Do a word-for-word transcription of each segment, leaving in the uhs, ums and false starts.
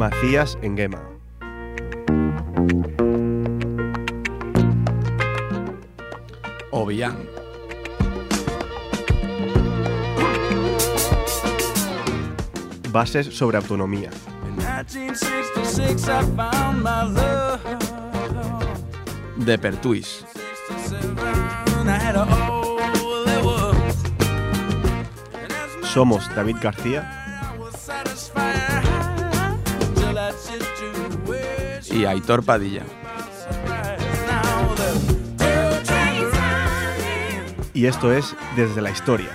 Macías Nguema. Obiang. Bases sobre autonomía. De Pertuis. Somos David García Y Aitor Padilla. y esto es Desde la Historia.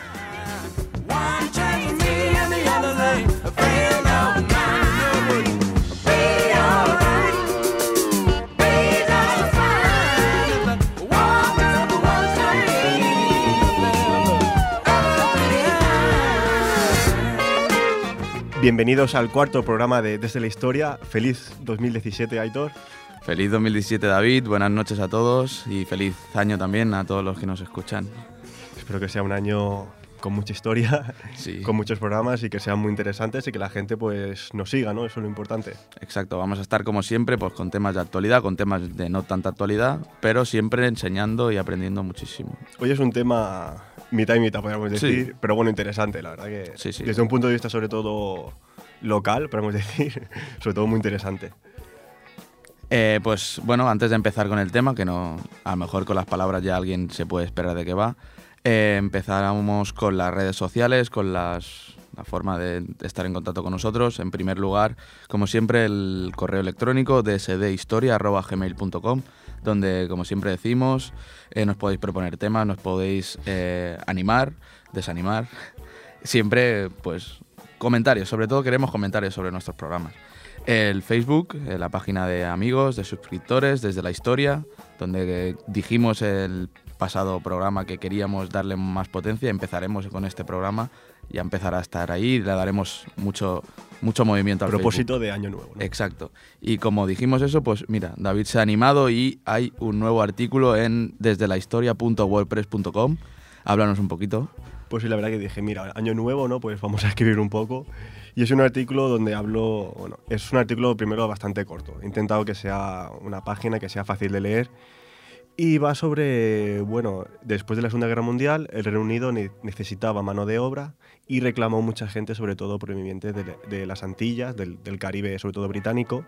Bienvenidos al cuarto programa de Desde la Historia. Feliz dos mil diecisiete, Aitor. Feliz dos mil diecisiete, David. Buenas noches a todos y feliz año también a todos los que nos escuchan. Espero que sea un año con mucha historia, Sí. con muchos programas y que sean muy interesantes y que la gente pues nos siga, ¿no? Eso es lo importante. Exacto, vamos a estar como siempre pues con temas de actualidad, con temas de no tanta actualidad, pero siempre enseñando y aprendiendo muchísimo. Hoy es un tema mitad y mitad, podríamos decir, Sí. pero bueno, interesante, la verdad que Sí, sí. desde un punto de vista sobre todo local, podríamos decir, sobre todo muy interesante. Eh, pues bueno, antes de empezar con el tema, que no, a lo mejor con las palabras ya alguien se puede esperar de qué va, eh, empezáramos con las redes sociales, con las, la forma de estar en contacto con nosotros. En primer lugar, como siempre, el correo electrónico d s d historia arroba gmail punto com, donde, como siempre decimos, eh, nos podéis proponer temas, nos podéis eh, animar, desanimar, siempre pues comentarios, sobre todo queremos comentarios sobre nuestros programas. El Facebook, eh, la página de amigos, de suscriptores, Desde la Historia, donde eh, dijimos el pasado programa que queríamos darle más potencia. Empezaremos con este programa, ya empezará a estar ahí y le daremos mucho, mucho movimiento al Propósito Facebook. de año nuevo, ¿no? Exacto. Y como dijimos eso, pues mira, David se ha animado y hay un nuevo artículo en desde la historia punto wordpress punto com. Háblanos un poquito. Pues sí, la verdad que dije, mira, año nuevo, ¿no? Pues vamos a escribir un poco. Y es un artículo donde hablo, bueno, es un artículo primero bastante corto. He intentado que sea una página que sea fácil de leer. Y va sobre, bueno, después de la Segunda Guerra Mundial, el Reino Unido ne- necesitaba mano de obra y reclamó mucha gente, sobre todo provenientes de, de las Antillas, del, del Caribe, sobre todo británico.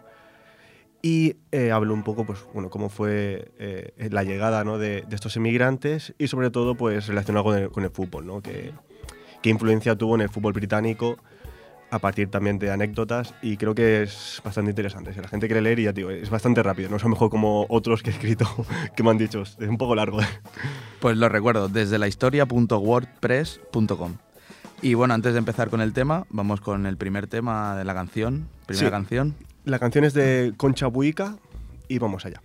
Y eh, hablo un poco, pues, bueno, cómo fue eh, la llegada, ¿no? de, de estos emigrantes y, sobre todo, pues, relacionado con el, con el fútbol, ¿no? Que, qué influencia tuvo en el fútbol británico a partir también de anécdotas, y creo que es bastante interesante. Si la gente quiere leer, y ya digo, es bastante rápido, no es a lo mejor como otros que he escrito que me han dicho, es un poco largo. Pues lo recuerdo, desde la historia punto wordpress punto com. Y bueno, antes de empezar con el tema, vamos con el primer tema de la canción. Primera Sí. canción. La canción es de Concha Buica y vamos allá.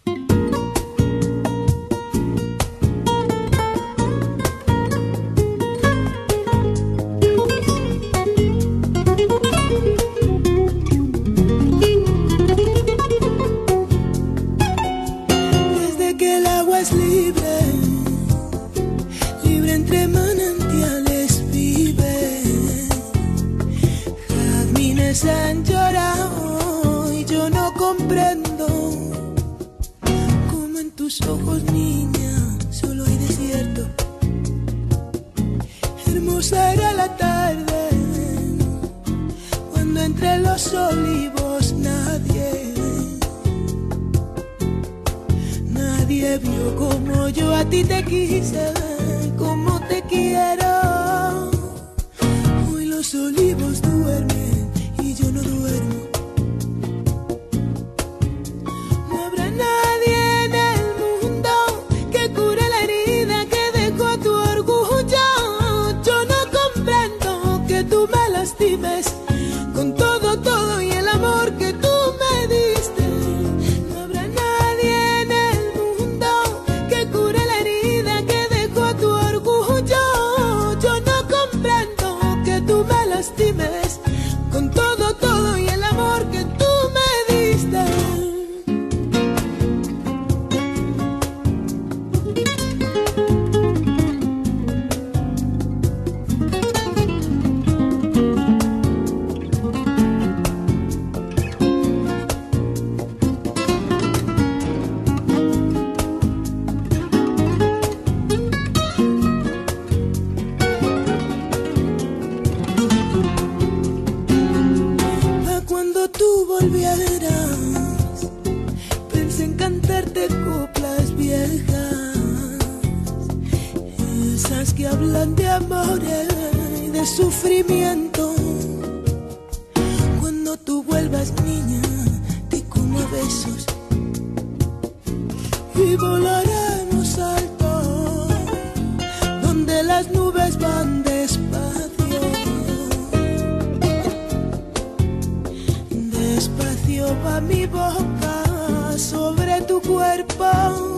Desde que el agua es libre, libre entre manantiales vive. Jazmines han llorado y yo no comprendo cómo en tus ojos, niña, solo hay desierto. Hermosa era la tarde cuando entre los olivos nadie Nadie vio como yo a ti te quise, como te quiero. Hoy los olivos duermen y yo no duermo. No habrá nadie en el mundo que cure la herida que dejó tu orgullo. Yo no comprendo que tú me lastimes con todo, todo y el amor que tú me diste. No habrá nadie en el mundo que cure la herida que dejó tu orgullo. hablan de amores y de sufrimiento. Cuando tú vuelvas, niña, te como besos y volaremos alto, donde las nubes van despacio. Despacio va mi boca sobre tu cuerpo,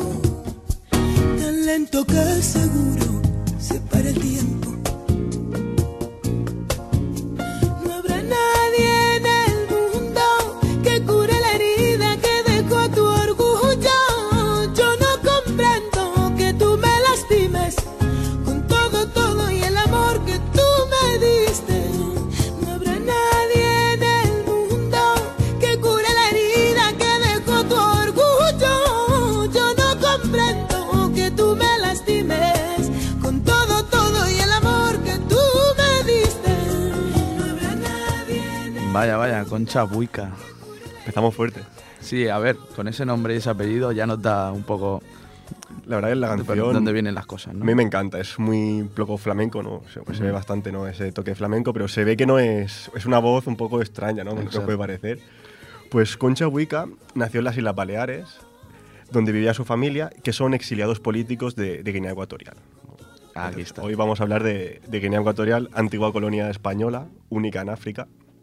tan lento que seguro se para el tiempo. No habrá nadie en el mundo que cure la herida que dejó tu orgullo. Yo no comprendo que tú me lastimes con todo, todo y el amor que tú me diste. No habrá nadie en el mundo que cure la herida que dejó tu orgullo. Yo no comprendo que tú me lastimes con todo, todo y el amor que tú me diste. No habrá nadie en el... Vaya, vaya, Concha Buica. Empezamos fuerte. Sí, a ver, con ese nombre y ese apellido ya nos da un poco La verdad es que la de canción... dónde vienen las cosas, ¿no? A mí me encanta, es muy poco flamenco, ¿no? Se, pues se ve bastante, ¿no? Ese toque flamenco, pero se ve que no es... Es una voz un poco extraña, ¿no? Exacto. No puede parecer. Pues Concha Buica nació en las Islas Baleares, donde vivía su familia, que son exiliados políticos de, de Guinea Ecuatorial. Ah, aquí está. Hoy vamos a hablar de, de Guinea Ecuatorial, antigua colonia española, única en África.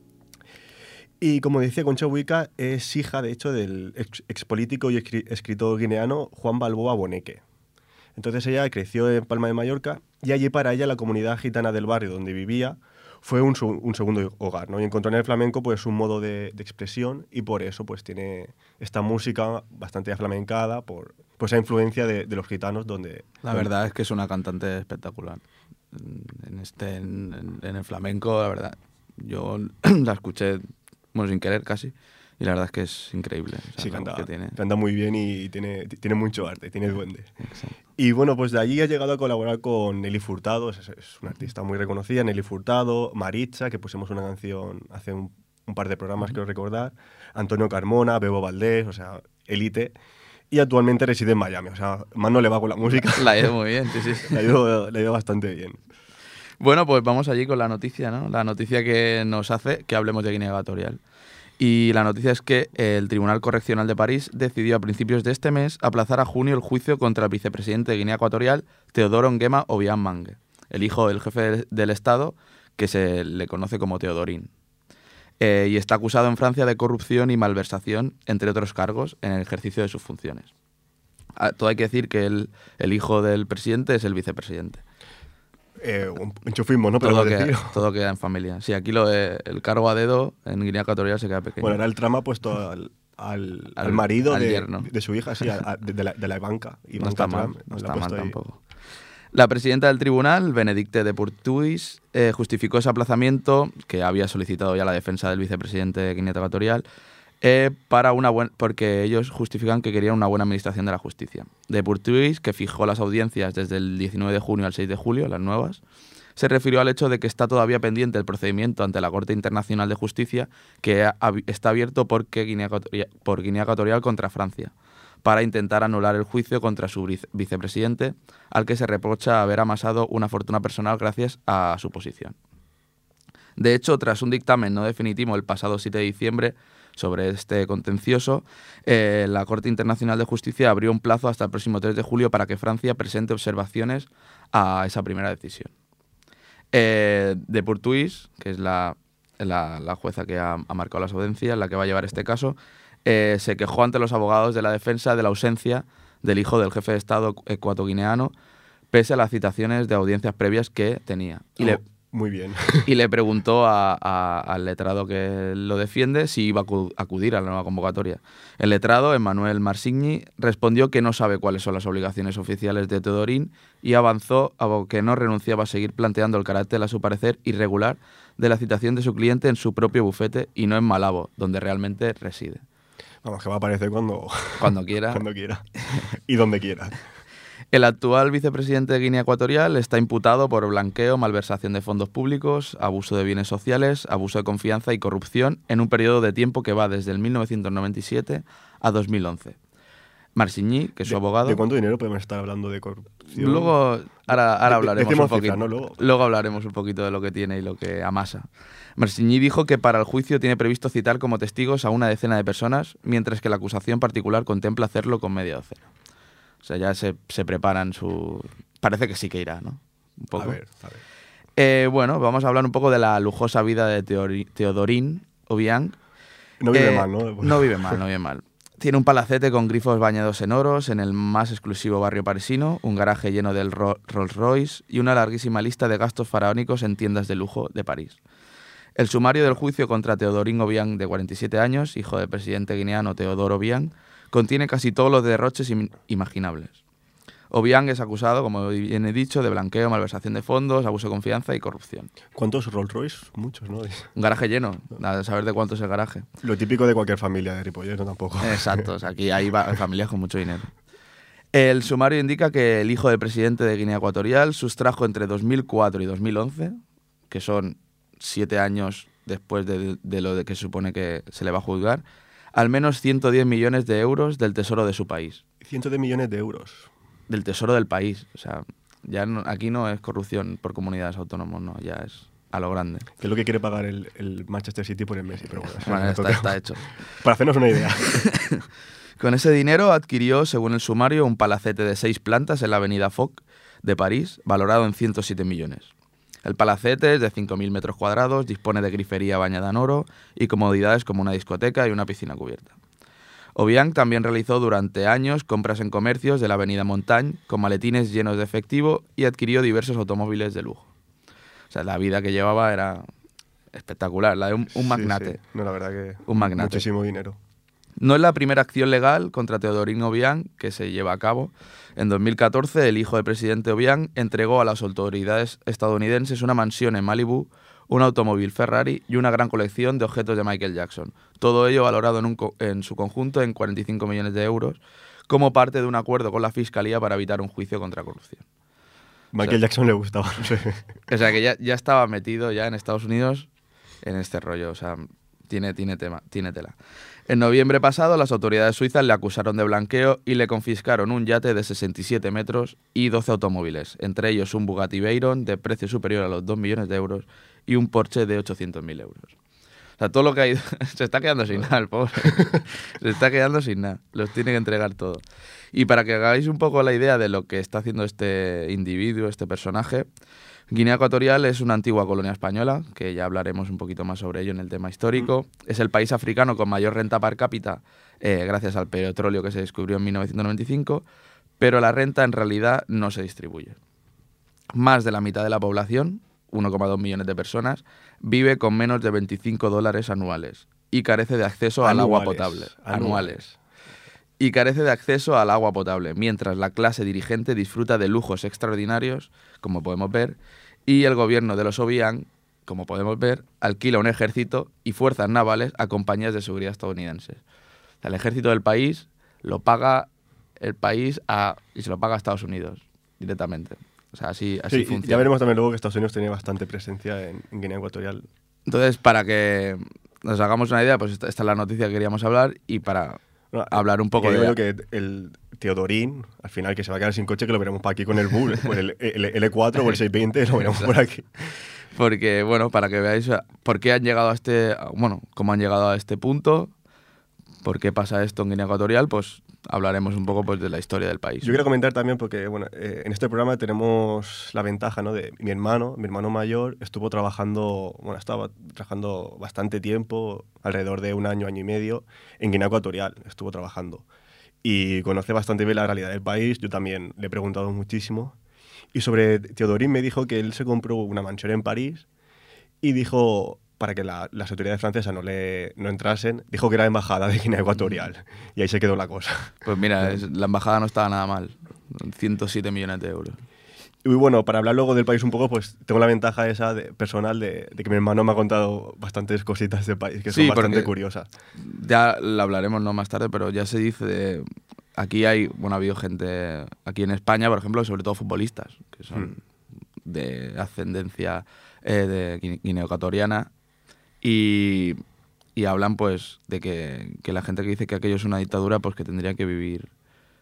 Y como decía, Concha Buica es hija, de hecho, del ex, expolítico y escri- escritor guineano Juan Balboa Boneque. Entonces ella creció en Palma de Mallorca y allí para ella la comunidad gitana del barrio donde vivía fue un, su- un segundo hogar, ¿no? Y encontró en el flamenco pues un modo de, de expresión y por eso pues tiene esta música bastante aflamencada por pues esa influencia de, de los gitanos donde... La verdad es que es una cantante espectacular. En, este, en, en el flamenco, la verdad, yo la escuché, bueno, sin querer casi, y la verdad es que es increíble. O sea, Sí, la voz canta, que tiene. canta muy bien y tiene, tiene mucho arte, tiene duende. Exacto. Y bueno, pues de allí ha llegado a colaborar con Nelly Furtado, es, es una artista muy reconocida, Nelly Furtado, Maritza, que pusimos una canción hace un, un par de programas, quiero recordar, Antonio Carmona, Bebo Valdés, o sea, élite, y actualmente reside en Miami, o sea, más no le va con la música. La ha ido muy bien, sí, sí. Le ha ido, le ha ido bastante bien. Bueno, pues vamos allí con la noticia, ¿no? La noticia que nos hace que hablemos de Guinea Ecuatorial. Y la noticia es que el Tribunal Correccional de París decidió a principios de este mes aplazar a junio el juicio contra el vicepresidente de Guinea Ecuatorial, Teodoro Nguema Obiang Mangue, el hijo del jefe del, del Estado, que se le conoce como Teodorín. Eh, y está acusado en Francia de corrupción y malversación, entre otros cargos, en el ejercicio de sus funciones. Ah, todo hay que decir que el, el hijo del presidente es el vicepresidente. Eh, un enchufismo, ¿no? Todo, Podemos queda, decir. todo queda en familia. Sí, aquí lo de, el cargo a dedo en Guinea Ecuatorial se queda pequeño. Bueno, era el trama puesto al, al, Al- al marido al de, yerno. de su hija, sí, a- a- de, de la, de la Ivanka. no Ivanka está mal, Trump, no la ha está mal puesto ahí. tampoco. La presidenta del tribunal, Benedicte de Pourtuis, eh, justificó ese aplazamiento que había solicitado ya la defensa del vicepresidente de Guinea Ecuatorial eh, para una buen, porque ellos justifican que querían una buena administración de la justicia. De Pourtuis, que fijó las audiencias desde el diecinueve de junio al seis de julio, las nuevas, se refirió al hecho de que está todavía pendiente el procedimiento ante la Corte Internacional de Justicia que ha- está abierto por, que Guinea Ecuatorial, por Guinea Ecuatorial contra Francia, para intentar anular el juicio contra su vice- vicepresidente, al que se reprocha haber amasado una fortuna personal gracias a su posición. De hecho, tras un dictamen no definitivo el pasado siete de diciembre sobre este contencioso, eh, la Corte Internacional de Justicia abrió un plazo hasta el próximo tres de julio para que Francia presente observaciones a esa primera decisión. Eh, de Pourtuis, que es la, la, la jueza que ha, ha marcado las audiencias, la que va a llevar este caso, eh, se quejó ante los abogados de la defensa de la ausencia del hijo del jefe de Estado ecuatoguineano, pese a las citaciones de audiencias previas que tenía. Y, Oh, le, muy bien. y le preguntó a- a- al letrado que lo defiende si iba a acu- acudir a la nueva convocatoria. El letrado, Emmanuel Marsigny, respondió que no sabe cuáles son las obligaciones oficiales de Teodorín y avanzó a que no renunciaba a seguir planteando el carácter, a su parecer, irregular de la citación de su cliente en su propio bufete y no en Malabo, donde realmente reside. Vamos, que va a aparecer cuando, Cuando quiera. cuando quiera y donde quiera. El actual vicepresidente de Guinea Ecuatorial está imputado por blanqueo, malversación de fondos públicos, abuso de bienes sociales, abuso de confianza y corrupción en un periodo de tiempo que va desde el mil novecientos noventa y siete a dos mil once. Marsigny, que es su ¿De, abogado. ¿De cuánto dinero podemos estar hablando de corrupción? Luego, ahora, ahora De- hablaremos decimos un poquito. cifras, ¿no? Luego. Luego hablaremos un poquito de lo que tiene y lo que amasa. Marsigny dijo que para el juicio tiene previsto citar como testigos a una decena de personas, mientras que la acusación particular contempla hacerlo con media docena. O sea, ya se, se preparan su... Parece que sí que irá, ¿no? Un poco. A ver, a ver. Eh, bueno, vamos a hablar un poco de la lujosa vida de Teori- Teodorín Obiang. No vive Eh, mal, ¿no? No vive mal, no vive mal. Tiene un palacete con grifos bañados en oros en el más exclusivo barrio parisino, un garaje lleno del Ro- Rolls Royce y una larguísima lista de gastos faraónicos en tiendas de lujo de París. El sumario del juicio contra Teodorín Obiang, de cuarenta y siete años, hijo del presidente guineano Teodoro Obiang, contiene casi todos los derroches im- imaginables. Obiang es acusado, como bien he dicho, de blanqueo, malversación de fondos, abuso de confianza y corrupción. ¿Cuántos Rolls Royce? Muchos, ¿no? Un garaje lleno, a saber de cuánto es el garaje. Lo típico de cualquier familia de Ripollet, no tampoco. Exacto, o sea, aquí hay va- familias con mucho dinero. El sumario indica que el hijo del presidente de Guinea Ecuatorial sustrajo entre dos mil cuatro y dos mil once, que son siete años después de, de lo de que se supone que se le va a juzgar, al menos ciento diez millones de euros del tesoro de su país. Cientos de millones de euros. Del tesoro del país. O sea, ya no- aquí no es corrupción por comunidades autónomas, no, ya es a lo grande. Que es lo que quiere pagar el, el Manchester City por el Messi, pero bueno. eso Bueno, es está, otro tema. está hecho. Para hacernos una idea. Con ese dinero adquirió, según el sumario, un palacete de seis plantas en la avenida Foch de París, valorado en ciento siete millones. El palacete es de cinco mil metros cuadrados, dispone de grifería bañada en oro y comodidades como una discoteca y una piscina cubierta. Obiang también realizó durante años compras en comercios de la avenida Montagne con maletines llenos de efectivo y adquirió diversos automóviles de lujo. O sea, la vida que llevaba era espectacular, la de un, un Sí, magnate. sí. No, la verdad que Un magnate. muchísimo dinero. No es la primera acción legal contra Teodorín Obiang que se lleva a cabo. En dos mil catorce, el hijo del presidente Obiang entregó a las autoridades estadounidenses una mansión en Malibú, un automóvil Ferrari y una gran colección de objetos de Michael Jackson. Todo ello valorado en, un co- en su conjunto en cuarenta y cinco millones de euros, como parte de un acuerdo con la Fiscalía para evitar un juicio contra corrupción. Michael O sea, Jackson le gustaba, no sé. O sea, que ya, ya estaba metido ya en Estados Unidos en este rollo. O sea, tiene, tiene, tema, tiene tela. En noviembre pasado, las autoridades suizas le acusaron de blanqueo y le confiscaron un yate de sesenta y siete metros y doce automóviles, entre ellos un Bugatti Veyron de precio superior a los dos millones de euros y un Porsche de ochocientos mil euros. O sea, todo lo que ha ido... se está quedando sin nada, el pobre. Se está quedando sin nada. Los tiene que entregar todo. Y para que hagáis un poco la idea de lo que está haciendo este individuo, este personaje, Guinea Ecuatorial es una antigua colonia española, que ya hablaremos un poquito más sobre ello en el tema histórico. Es el país africano con mayor renta per cápita, eh, gracias al petróleo que se descubrió en mil novecientos noventa y cinco, pero la renta en realidad no se distribuye. Más de la mitad de la población, uno coma dos millones de personas, vive con menos de veinticinco dólares anuales y carece de acceso al agua Anuales, potable. anuales. Anuales. Y carece de acceso al agua potable, mientras la clase dirigente disfruta de lujos extraordinarios, como podemos ver, y el gobierno de los Obiang, como podemos ver, alquila un ejército y fuerzas navales a compañías de seguridad estadounidenses. O sea, el ejército del país lo paga el país a, y se lo paga a Estados Unidos directamente. O sea, así, así Sí, funciona. ya veremos también luego que Estados Unidos tiene bastante presencia en, en Guinea Ecuatorial. Entonces, para que nos hagamos una idea, pues esta, esta es la noticia que queríamos hablar y para No, hablar un poco que de... digo yo que el Teodorín, al final, que se va a quedar sin coche, que lo veremos para aquí con el Bull, con el, el L cuatro o el seiscientos veinte, lo veremos por aquí. Porque, bueno, para que veáis por qué han llegado a este... Bueno, cómo han llegado a este punto, por qué pasa esto en Guinea Ecuatorial, pues hablaremos un poco pues, de la historia del país. Yo quiero comentar también porque, bueno, eh, en este programa tenemos la ventaja, ¿no? De mi hermano, mi hermano mayor, estuvo trabajando, bueno, estaba trabajando bastante tiempo, alrededor de un año, año y medio, en Guinea Ecuatorial, estuvo trabajando. Y conoce bastante bien la realidad del país, yo también le he preguntado muchísimo. Y sobre Teodorín me dijo que él se compró una mansión en París y dijo, para que la, las autoridades francesas no, le, no entrasen, dijo que era embajada de Guinea Ecuatorial. Y ahí se quedó la cosa. Pues mira, es- la embajada no estaba nada mal. ciento siete millones de euros. Y bueno, para hablar luego del país un poco, pues tengo la ventaja esa de, personal de, de que mi hermano me ha contado bastantes cositas del país que son Sí, bastante porque- curiosas. Ya la hablaremos no más tarde, pero ya se dice... de- aquí hay... Bueno, ha habido gente... Aquí en España, por ejemplo, sobre todo futbolistas, que son Mm. de ascendencia eh, de guine- guineo-ecuatoriana, y, y hablan pues de que, que la gente que dice que aquello es una dictadura, pues que tendría que vivir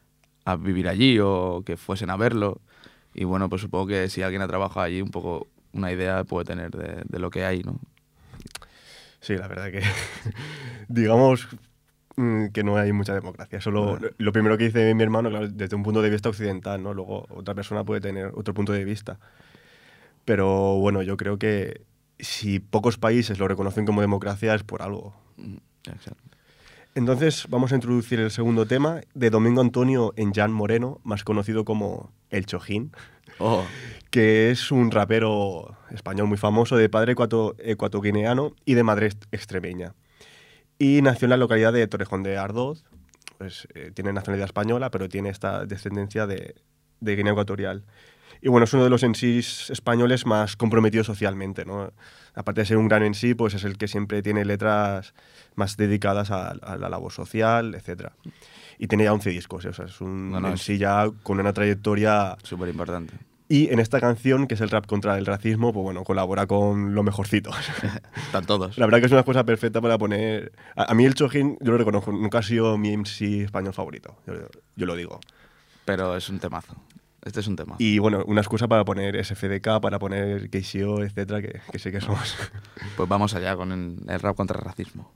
a vivir allí o que fuesen a verlo. Y bueno, pues supongo que si alguien ha trabajado allí, un poco una idea puede tener de, de lo que hay, ¿no? Sí, la verdad que digamos que no hay mucha democracia. Solo bueno. Lo primero que dice mi hermano, claro, desde un punto de vista occidental, ¿no? Luego otra persona puede tener otro punto de vista. Pero bueno, yo creo que si pocos países lo reconocen como democracia es por algo. Exacto. Entonces vamos a introducir el segundo tema de Domingo Antonio Enllán Moreno, más conocido como El Chojín, oh. que es un rapero español muy famoso de padre ecuato, ecuatoguineano y de madre extremeña. Y nació en la localidad de Torrejón de Ardoz, pues eh, tiene nacionalidad española, pero tiene esta descendencia de, de Guinea Ecuatorial. Y bueno, es uno de los M Cs españoles más comprometidos socialmente, ¿no? Aparte de ser un gran M C, pues es el que siempre tiene letras más dedicadas a, a la labor social, etcétera. Y tiene ya once discos, ¿eh? O sea, es un no, no, M C ya con una trayectoria súper importante. Y en esta canción, que es el rap contra el racismo, pues bueno, colabora con lo mejorcito. Están todos. La verdad que es una cosa perfecta para poner... A, a mí el Chojín, yo lo reconozco, nunca ha sido mi M C español favorito, yo, yo lo digo. Pero es un temazo. Este es un tema. Y bueno, una excusa para poner S F D K, para poner K C O, etcétera, que, que sé que somos. Pues vamos allá con el, el rap contra el racismo.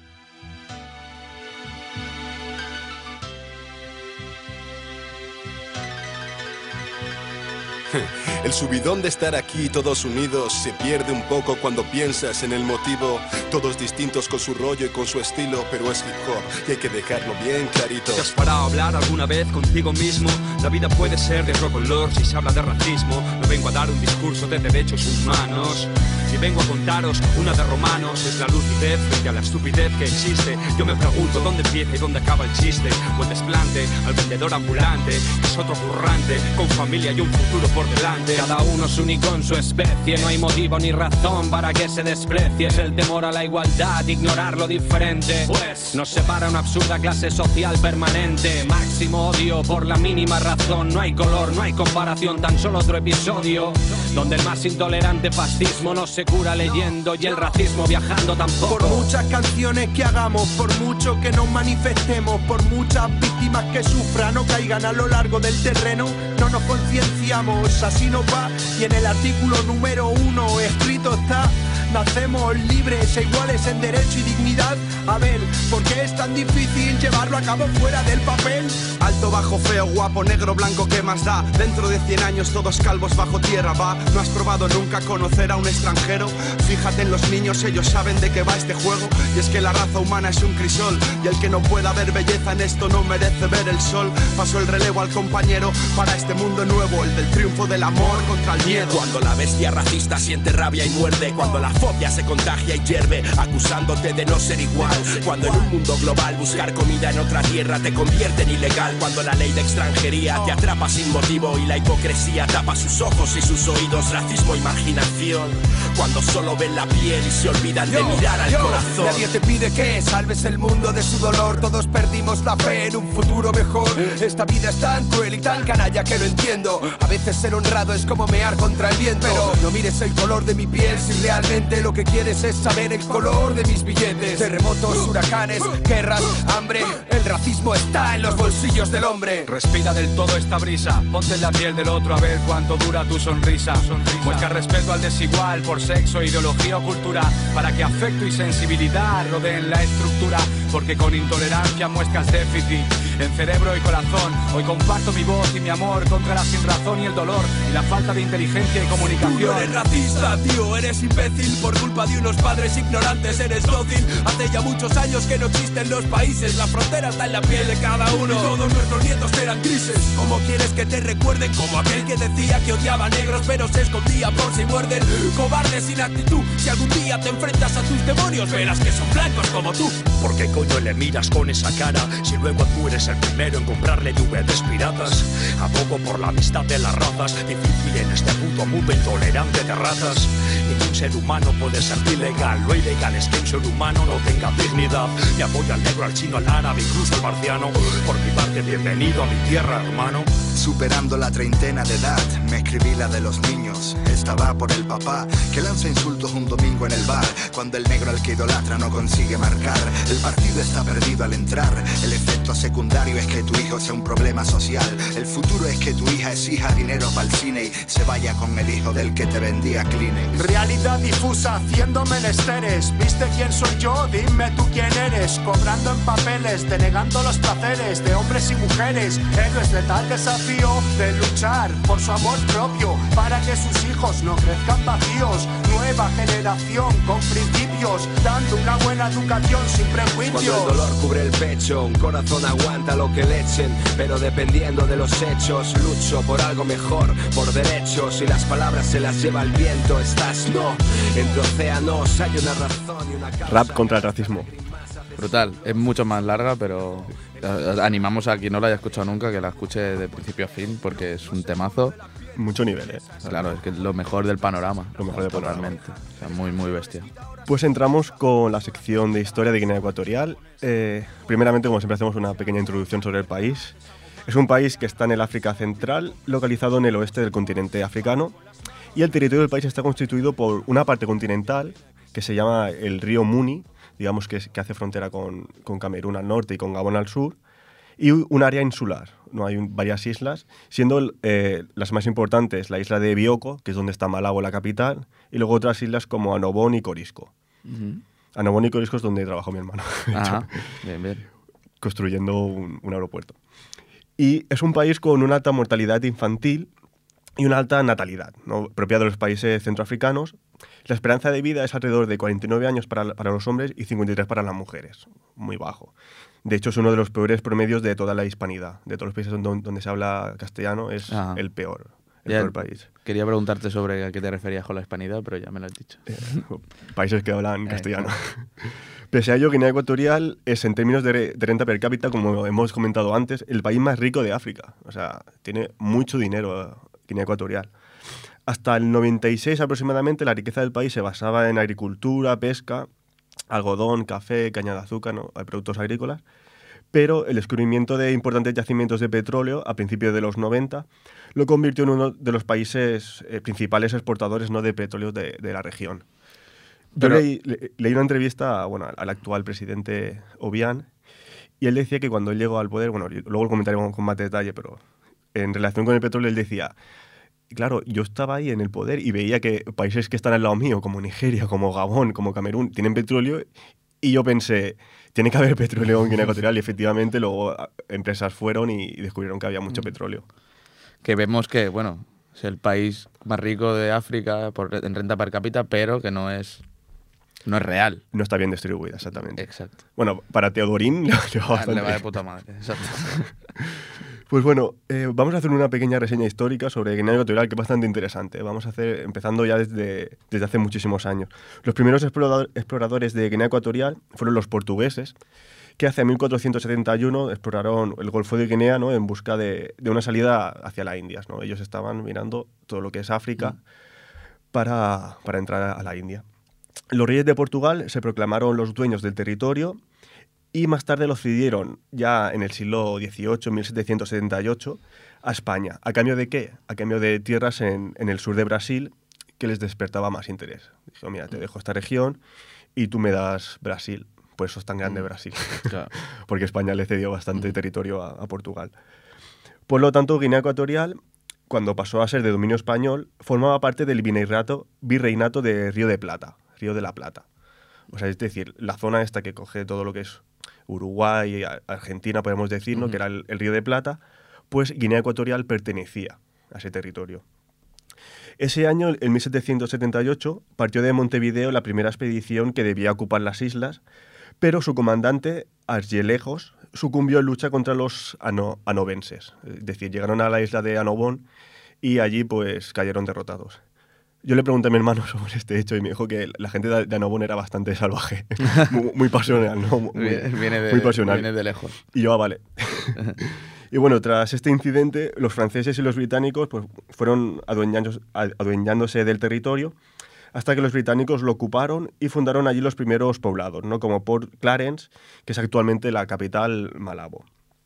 El subidón de estar aquí todos unidos se pierde un poco cuando piensas en el motivo. Todos distintos con su rollo y con su estilo, pero es hip hop y hay que dejarlo bien clarito. ¿Te has parado a hablar alguna vez contigo mismo? La vida puede ser de otro color si se habla de racismo. No vengo a dar un discurso de derechos humanos, y vengo a contaros una de Romanos. Es la lucidez frente a la estupidez que existe. Yo me pregunto dónde empieza y dónde acaba el chiste, o el desplante al vendedor ambulante, que es otro currante con familia y un futuro por delante. Cada uno es único en su especie, no hay motivo ni razón para que se desprecie. Es el temor a la igualdad, ignorar lo diferente, pues nos separa una absurda clase social permanente. Máximo odio por la mínima razón, no hay color, no hay comparación, tan solo otro episodio donde el más intolerante fascismo no se cura leyendo y el racismo viajando tampoco. Por muchas canciones que hagamos, por mucho que nos manifestemos, por muchas víctimas que sufran o caigan a lo largo del terreno, no nos concienciamos, así nos va. Y en el artículo número uno escrito está: nacemos libres e iguales en derecho y dignidad. A ver, ¿por qué es tan difícil llevarlo a cabo fuera del papel? Alto, bajo, feo, guapo, negro, blanco, ¿qué más da? Dentro de cien años todos calvos bajo tierra, va. ¿No has probado nunca conocer a un extranjero? Fíjate en los niños, ellos saben de qué va este juego. Y es que la raza humana es un crisol, y el que no pueda ver belleza en esto no merece ver el sol. Paso el relevo al compañero para este mundo nuevo, el del triunfo del amor contra el miedo. Cuando la bestia racista siente rabia y muerde, cuando la fobia se contagia y hierve, acusándote de no ser igual. Cuando en un mundo global buscar comida en otra tierra te convierte en ilegal. Cuando la ley de extranjería te atrapa sin motivo y la hipocresía tapa sus ojos y sus oídos. Racismo, imaginación. Cuando solo ven la piel y se olvidan de mirar al corazón. Nadie te pide que salves el mundo de su dolor. Todos perdimos la fe en un futuro mejor. Esta vida es tan cruel y tan canalla que lo entiendo. A veces ser honrado es como mear contra el viento. Pero no mires el color de mi piel si realmente lo que quieres es saber el color de mis billetes. Terremotos, huracanes, guerras, hambre. El racismo está en los bolsillos del hombre. Respira del todo esta brisa, ponte en la piel del otro a ver cuánto dura tu sonrisa. Muestra respeto al desigual por sexo, ideología o cultura, para que afecto y sensibilidad rodeen la estructura. Porque con intolerancia muestras déficit en cerebro y corazón. Hoy comparto mi voz y mi amor contra la sinrazón y el dolor y la falta de inteligencia y comunicación. Tú no eres racista, tío, eres imbécil. Por culpa de unos padres ignorantes eres dócil. Hace ya muchos años que no existen los países. La frontera está en la piel de cada uno. Y todos nuestros nietos eran grises. ¿Cómo quieres que te recuerden? Como aquel que decía que odiaba negros pero se escondía por si muerden. Cobarde sin actitud. Si algún día te enfrentas a tus demonios verás que son blancos como tú. ¿Por qué coño le miras con esa cara? Si luego tú eres el primero en comprarle D V Ds piratas. Abogo por la amistad de las razas. Difícil en este puto mundo intolerante de razas. un ser humano puede ser ilegal. Lo ilegal es que un ser humano no tenga dignidad. Y apoyo al negro, al chino, al árabe, incluso al marciano. Por mi parte, bienvenido a mi tierra, hermano. Superando la treintena de edad, me escribí la de los niños. Esta va por el papá que lanza insultos un domingo en el bar, cuando el negro al que idolatra no consigue marcar. El partido está perdido al entrar. El efecto secundario es que tu hijo sea un problema social. El futuro es que tu hija exija dinero para el cine y se vaya con el hijo del que te vendía Kleenex. Realidad difusa haciendo menesteres. ¿Viste quién soy yo? Dime tú quién eres. Cobrando en papeles, denegando los placeres de hombres y mujeres. Héroes de tal desafío de luchar por su amor propio, para que sus hijos no crezcan vacíos. Nueva generación con principios, dando una buena educación sin prejuicios. Cuando el dolor cubre el pecho, un corazón aguanta lo que le echen, pero dependiendo de los hechos, lucho por algo mejor, por derechos, y las palabras se las lleva el viento. Estás no, entre océanos hay una razón y una causa. Rap contra el racismo. Brutal, es mucho más larga, pero animamos a quien no la haya escuchado nunca que la escuche de principio a fin, porque es un temazo. Mucho nivel, ¿eh? Claro, es que es lo mejor del panorama. Lo mejor del panorama. Totalmente. O sea, muy, muy bestia. Pues entramos con la sección de historia de Guinea Ecuatorial. Eh, primeramente, como siempre, hacemos una pequeña introducción sobre el país. Es un país que está en el África Central, localizado en el oeste del continente africano, y el territorio del país está constituido por una parte continental que se llama el río Muni, digamos que, es, que hace frontera con, con Camerún al norte y con Gabón al sur, y un área insular. No hay un, varias islas, siendo eh, las más importantes la isla de Bioko, que es donde está Malabo, la capital, y luego otras islas como Annobón y Corisco. Uh-huh. Annobón y Corisco es donde trabajó mi hermano, Ajá. Bien, bien. construyendo un, un aeropuerto. Y es un país con una alta mortalidad infantil y una alta natalidad, ¿no? Propia de los países centroafricanos. La esperanza de vida es alrededor de cuarenta y nueve años para, para los hombres y cincuenta y tres para las mujeres, muy bajo. De hecho, es uno de los peores promedios de toda la hispanidad. De todos los países donde, donde se habla castellano, es Ajá. el peor, el ya, peor país. Quería preguntarte sobre a qué te referías con la hispanidad, pero ya me lo has dicho. Eh, países que hablan castellano. Eh, Pese a ello, Guinea Ecuatorial es, en términos de, de renta per cápita, como hemos comentado antes, el país más rico de África. O sea, tiene mucho dinero Guinea Ecuatorial. Hasta el noventa y seis aproximadamente, la riqueza del país se basaba en agricultura, pesca, algodón, café, caña de azúcar, ¿no? Hay productos agrícolas. Pero el descubrimiento de importantes yacimientos de petróleo a principios de los noventa lo convirtió en uno de los países eh, principales exportadores, ¿no?, de petróleo de, de la región. Yo leí, le, leí una entrevista bueno, al actual presidente Obiang, y él decía que cuando él llegó al poder, bueno, luego lo comentaremos con más detalle, pero en relación con el petróleo él decía, claro, yo estaba ahí en el poder y veía que países que están al lado mío, como Nigeria, como Gabón, como Camerún, tienen petróleo, y yo pensé, tiene que haber petróleo en Guinea Ecuatorial, y efectivamente luego empresas fueron y descubrieron que había mucho petróleo. Que vemos que, bueno, es el país más rico de África por, en renta per cápita, pero que no es, no es real. No está bien distribuida, exactamente. Exacto. Bueno, para Teodorín le va bastante. Le va de puta madre, exacto. Pues bueno, eh, vamos a hacer una pequeña reseña histórica sobre Guinea Ecuatorial que es bastante interesante. Vamos a hacer, empezando ya desde, desde hace muchísimos años. Los primeros explorador, exploradores de Guinea Ecuatorial fueron los portugueses, que hacia mil cuatrocientos setenta y uno exploraron el Golfo de Guinea, ¿no?, en busca de, de una salida hacia las Indias, ¿no? Ellos estaban mirando todo lo que es África mm. para, para entrar a la India. Los reyes de Portugal se proclamaron los dueños del territorio y más tarde lo cedieron, ya en el siglo dieciocho, mil setecientos setenta y ocho, a España. ¿A cambio de qué? A cambio de tierras en, en el sur de Brasil que les despertaba más interés. Dijo, mira, te dejo esta región y tú me das Brasil. Por eso es tan grande Brasil. Claro. Porque España le cedió bastante territorio a, a Portugal. Por lo tanto, Guinea Ecuatorial, cuando pasó a ser de dominio español, formaba parte del virreinato, virreinato de Río de Plata, Río de la Plata. O sea, es decir, la zona esta que coge todo lo que es Uruguay, Argentina, podemos decir, ¿no?, uh-huh. que era el, el Río de Plata, pues Guinea Ecuatorial pertenecía a ese territorio. Ese año, en mil setecientos setenta y ocho, partió de Montevideo la primera expedición que debía ocupar las islas, pero su comandante, Argelejos, sucumbió en lucha contra los ano, anobenses. Es decir, llegaron a la isla de Annobón y allí pues cayeron derrotados. Yo le pregunté a mi hermano sobre este hecho y me dijo que la gente de Annobón era bastante salvaje, muy, muy pasional, ¿no? Muy, viene, de, muy pasional. Viene de lejos. Y yo, ah, vale. Y bueno, tras este incidente, los franceses y los británicos pues, fueron adueñándose, adueñándose del territorio hasta que los británicos lo ocuparon y fundaron allí los primeros poblados, ¿no? Como Port Clarence, que es actualmente la capital, Malabo.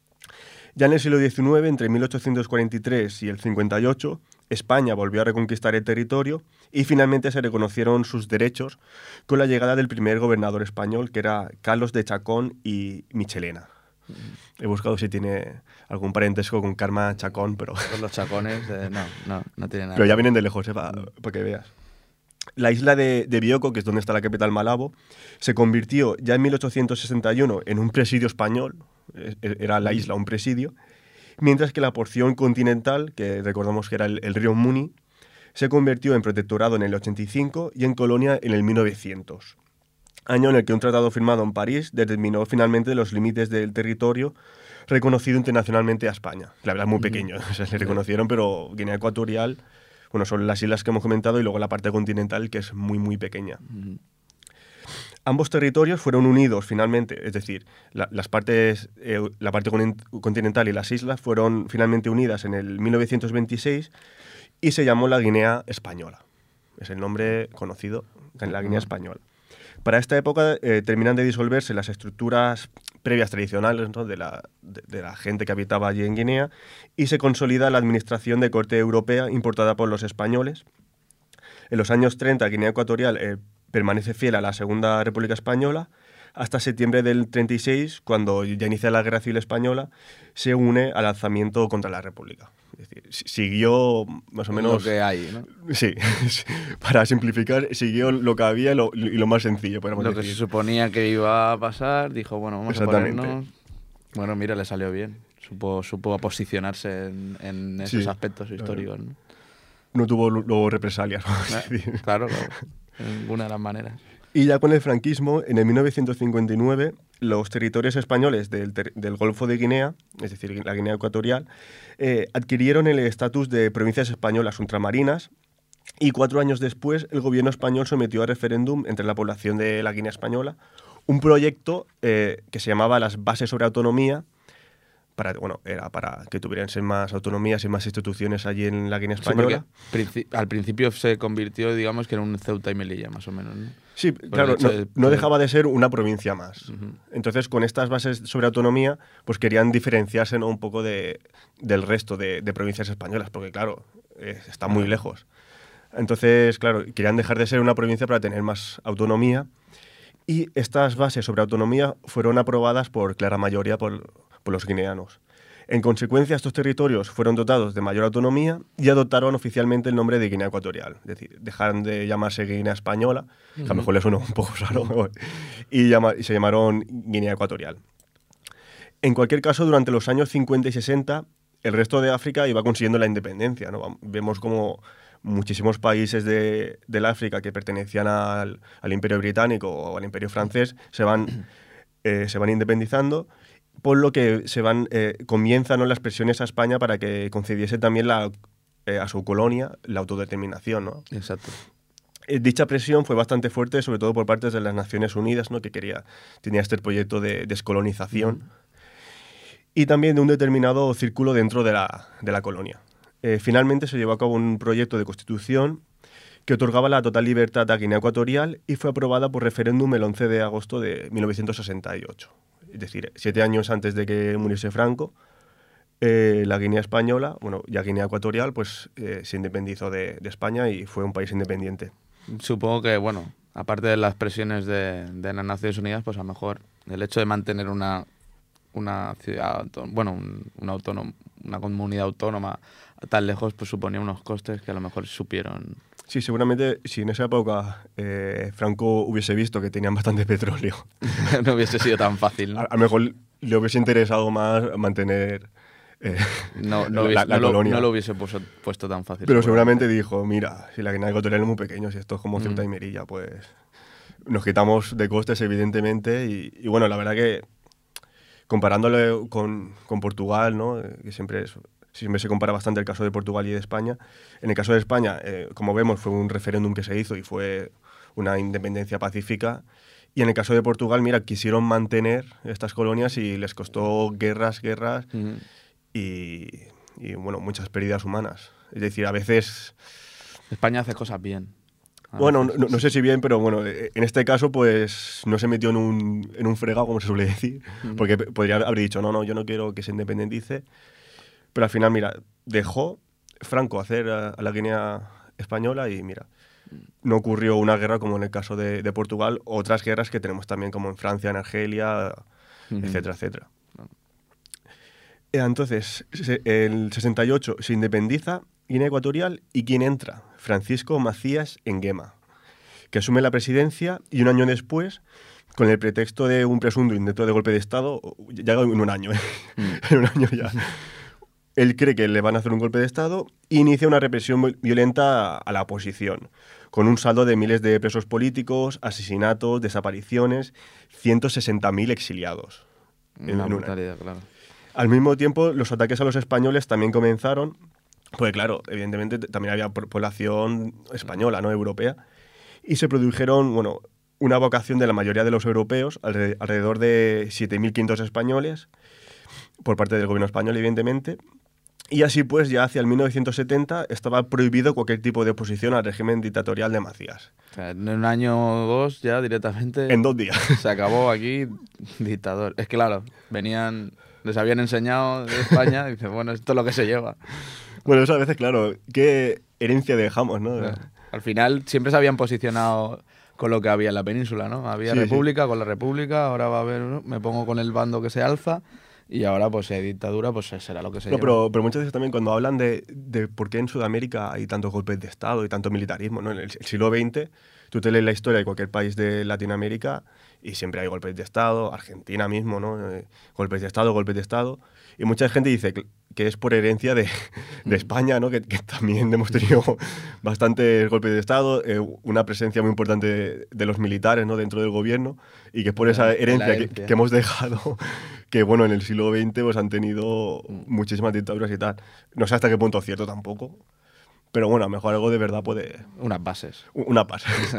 Ya en el siglo diecinueve, entre mil ochocientos cuarenta y tres y el cincuenta y ocho, España volvió a reconquistar el territorio y finalmente se reconocieron sus derechos con la llegada del primer gobernador español, que era Carlos de Chacón y Michelena. He buscado si tiene algún parentesco con Karma Chacón, pero... Con los chacones, eh, no, no, no tiene nada. Pero ya vienen de lejos, ¿eh? Para pa que veas. La isla de, de Bioko, que es donde está la capital Malabo, se convirtió ya en mil ochocientos sesenta y uno en un presidio español, era la isla un presidio, mientras que la porción continental, que recordamos que era el, el río Muni, se convirtió en protectorado en el ochenta y cinco y en colonia en el mil novecientos, año en el que un tratado firmado en París determinó finalmente los límites del territorio reconocido internacionalmente a España. La verdad es muy pequeño, o sea, se reconocieron, pero Guinea Ecuatorial, bueno, son las islas que hemos comentado y luego la parte continental, que es muy, muy pequeña. Uh-huh. Ambos territorios fueron unidos finalmente, es decir, la, las partes, eh, la parte continental y las islas fueron finalmente unidas en el mil novecientos veintiséis y se llamó la Guinea Española. Es el nombre conocido, la Guinea Española. Para esta época eh, terminan de disolverse las estructuras previas tradicionales, ¿no? de, la, de, de la gente que habitaba allí en Guinea y se consolida la administración de corte europea importada por los españoles. En los años treinta, Guinea Ecuatorial eh, permanece fiel a la Segunda República Española hasta septiembre del treinta y seis, cuando ya inicia la Guerra Civil Española, se une al alzamiento contra la República. Es decir, siguió más o menos... Lo que hay, ¿no? Sí, para simplificar, siguió lo que había y lo, y lo más sencillo, podemos Lo decir. que se suponía que iba a pasar, dijo, bueno, vamos a ponernos... Bueno, mira, le salió bien. Supo, supo posicionarse en, en esos sí, aspectos históricos, ¿no? No tuvo luego represalias. Eh, claro, claro, de ninguna de las maneras. Y ya con el franquismo, en el mil novecientos cincuenta y nueve, los territorios españoles del, ter del Golfo de Guinea, es decir, la Guinea Ecuatorial, eh, adquirieron el estatus de provincias españolas ultramarinas y cuatro años después el gobierno español sometió a referéndum entre la población de la Guinea Española un proyecto eh, que se llamaba las Bases sobre Autonomía, para, bueno, era para que tuvieran más autonomías y más instituciones allí en la Guinea Española. Sí, princi al principio se convirtió, digamos, que en un Ceuta y Melilla, más o menos, ¿no? Sí, Por claro, no, de, no dejaba de ser una provincia más. Uh-huh. Entonces, con estas bases sobre autonomía, pues querían diferenciarse, ¿no? un poco de, del resto de, de provincias españolas, porque, claro, eh, está muy lejos. Entonces, claro, querían dejar de ser una provincia para tener más autonomía. Y estas bases sobre autonomía fueron aprobadas por clara mayoría por, por los guineanos. En consecuencia, estos territorios fueron dotados de mayor autonomía y adoptaron oficialmente el nombre de Guinea Ecuatorial. Es decir, dejaron de llamarse Guinea Española, uh-huh. que a lo mejor les suena un poco raro, y, llama, y se llamaron Guinea Ecuatorial. En cualquier caso, durante los años cincuenta y sesenta, el resto de África iba consiguiendo la independencia, ¿no? Vemos como muchísimos países de, del África que pertenecían al, al Imperio Británico o al Imperio Francés se van, eh, se van independizando, por lo que se van eh, comienzan, ¿no? las presiones a España para que concediese también la, eh, a su colonia la autodeterminación, ¿no? Exacto. Eh, dicha presión fue bastante fuerte, sobre todo por parte de las Naciones Unidas, ¿no? que quería, tenía este proyecto de descolonización, mm. y también de un determinado círculo dentro de la, de la colonia. Eh, finalmente se llevó a cabo un proyecto de constitución que otorgaba la total libertad a Guinea Ecuatorial y fue aprobada por referéndum el once de agosto de mil novecientos sesenta y ocho. Es decir, siete años antes de que muriese Franco, eh, la Guinea Española, bueno, ya Guinea Ecuatorial, pues eh, se independizó de, de España y fue un país independiente. Supongo que, bueno, aparte de las presiones de, de las Naciones Unidas, pues a lo mejor el hecho de mantener una, una ciudad, bueno, un, una, autónoma, una comunidad autónoma tan lejos, pues suponía unos costes que a lo mejor supieron... Sí, seguramente si en esa época eh, Franco hubiese visto que tenían bastante petróleo... no hubiese sido tan fácil, ¿no? A, a lo mejor le hubiese interesado más mantener eh, no, no, la, hubiese, la no colonia. Lo, no lo hubiese puesto, puesto tan fácil. Pero seguramente dijo, mira, si la Guinea Ecuatorial es muy pequeño, si esto es como Mm. Ceuta y Melilla, pues nos quitamos de costes, evidentemente. Y, y bueno, la verdad que comparándolo con, con Portugal, ¿no? que siempre es... Siempre se compara bastante el caso de Portugal y de España. En el caso de España, eh, como vemos, fue un referéndum que se hizo y fue una independencia pacífica. Y en el caso de Portugal, mira, quisieron mantener estas colonias y les costó guerras, guerras Mm. y, y, bueno, muchas pérdidas humanas. Es decir, a veces... España hace cosas bien. Bueno, no, no sé si bien, pero bueno, en este caso pues no se metió en un, en un fregado, como se suele decir, uh-huh. porque podría haber dicho, no, no, yo no quiero que se independice, pero al final, mira, dejó Franco hacer a, a la Guinea española y mira, no ocurrió una guerra como en el caso de, de Portugal, otras guerras que tenemos también como en Francia, en Argelia, uh-huh. etcétera, etcétera. Uh-huh. Entonces, el sesenta y ocho se independiza Guinea Ecuatorial y ¿quién entra? Francisco Macías Nguema, que asume la presidencia y un año después, con el pretexto de un presunto intento de golpe de Estado, ya en un año, ¿eh? Mm. en un año ya, él cree que le van a hacer un golpe de Estado e inicia una represión violenta a la oposición, con un saldo de miles de presos políticos, asesinatos, desapariciones, ciento sesenta mil exiliados. Una brutalidad, claro. Al mismo tiempo, los ataques a los españoles también comenzaron, pues claro, evidentemente también había población española, no europea, y se produjeron, bueno, una vocación de la mayoría de los europeos, alrededor de siete mil quinientos españoles, por parte del gobierno español, evidentemente, y así pues ya hacia el mil novecientos setenta estaba prohibido cualquier tipo de oposición al régimen dictatorial de Macías. O sea, en un año o dos ya directamente... En dos días. Se acabó aquí dictador. Es claro, venían... Les habían enseñado de España y dicen, bueno, esto es lo que se lleva. Bueno, eso a veces, claro, qué herencia dejamos, ¿no? Claro. Al final siempre se habían posicionado con lo que había en la península, ¿no? Había sí, república sí. con la república, ahora va a haber, ¿no? Me pongo con el bando que se alza y ahora pues si hay dictadura pues será lo que se no, lleva. Pero, pero muchas veces también cuando hablan de, de por qué en Sudamérica hay tantos golpes de Estado y tanto militarismo, ¿no? En el, el siglo veinte, tú te lees la historia de cualquier país de Latinoamérica y siempre hay golpes de Estado, Argentina mismo, ¿no? Eh, golpes de Estado, golpes de Estado. Y mucha gente dice que, que es por herencia de, de España, ¿no? Que, que también hemos tenido bastantes golpes de Estado, eh, una presencia muy importante de, de los militares, ¿no? Dentro del gobierno, y que es por esa herencia, herencia. Que, que hemos dejado, que bueno, en el siglo veinte pues, han tenido muchísimas dictaduras y tal. No sé hasta qué punto es cierto tampoco, pero bueno, a lo mejor algo de verdad puede... Unas bases. Unas bases.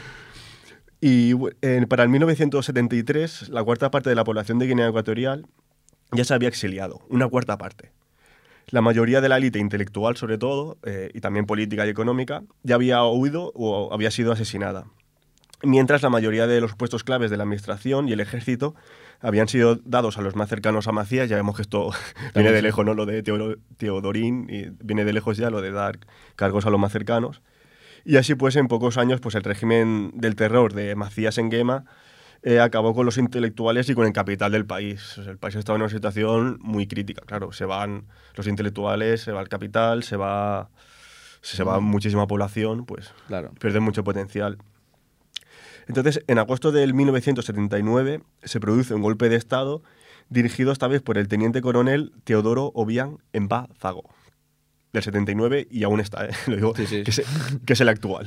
Y eh, para el mil novecientos setenta y tres, la cuarta parte de la población de Guinea Ecuatorial ya se había exiliado, una cuarta parte. La mayoría de la élite intelectual, sobre todo, eh, y también política y económica, ya había huido o había sido asesinada. Mientras la mayoría de los puestos claves de la administración y el ejército habían sido dados a los más cercanos a Macías. Ya vemos que esto viene de lejos, ¿no? Lo de Teodorín, y viene de lejos ya lo de dar cargos a los más cercanos. Y así pues, en pocos años, pues el régimen del terror de Macías Nguema eh, acabó con los intelectuales y con el capital del país. O sea, el país estaba en una situación muy crítica, claro. Se van los intelectuales, se va el capital, se va, se va muchísima población, pues claro. Pierden mucho potencial. Entonces, en agosto del mil novecientos setenta y nueve se produce un golpe de Estado dirigido esta vez por el teniente coronel Teodoro Obiang Mba Zago, del setenta y nueve, y aún está, ¿eh? Lo digo, sí, sí. Que, es, que es el actual.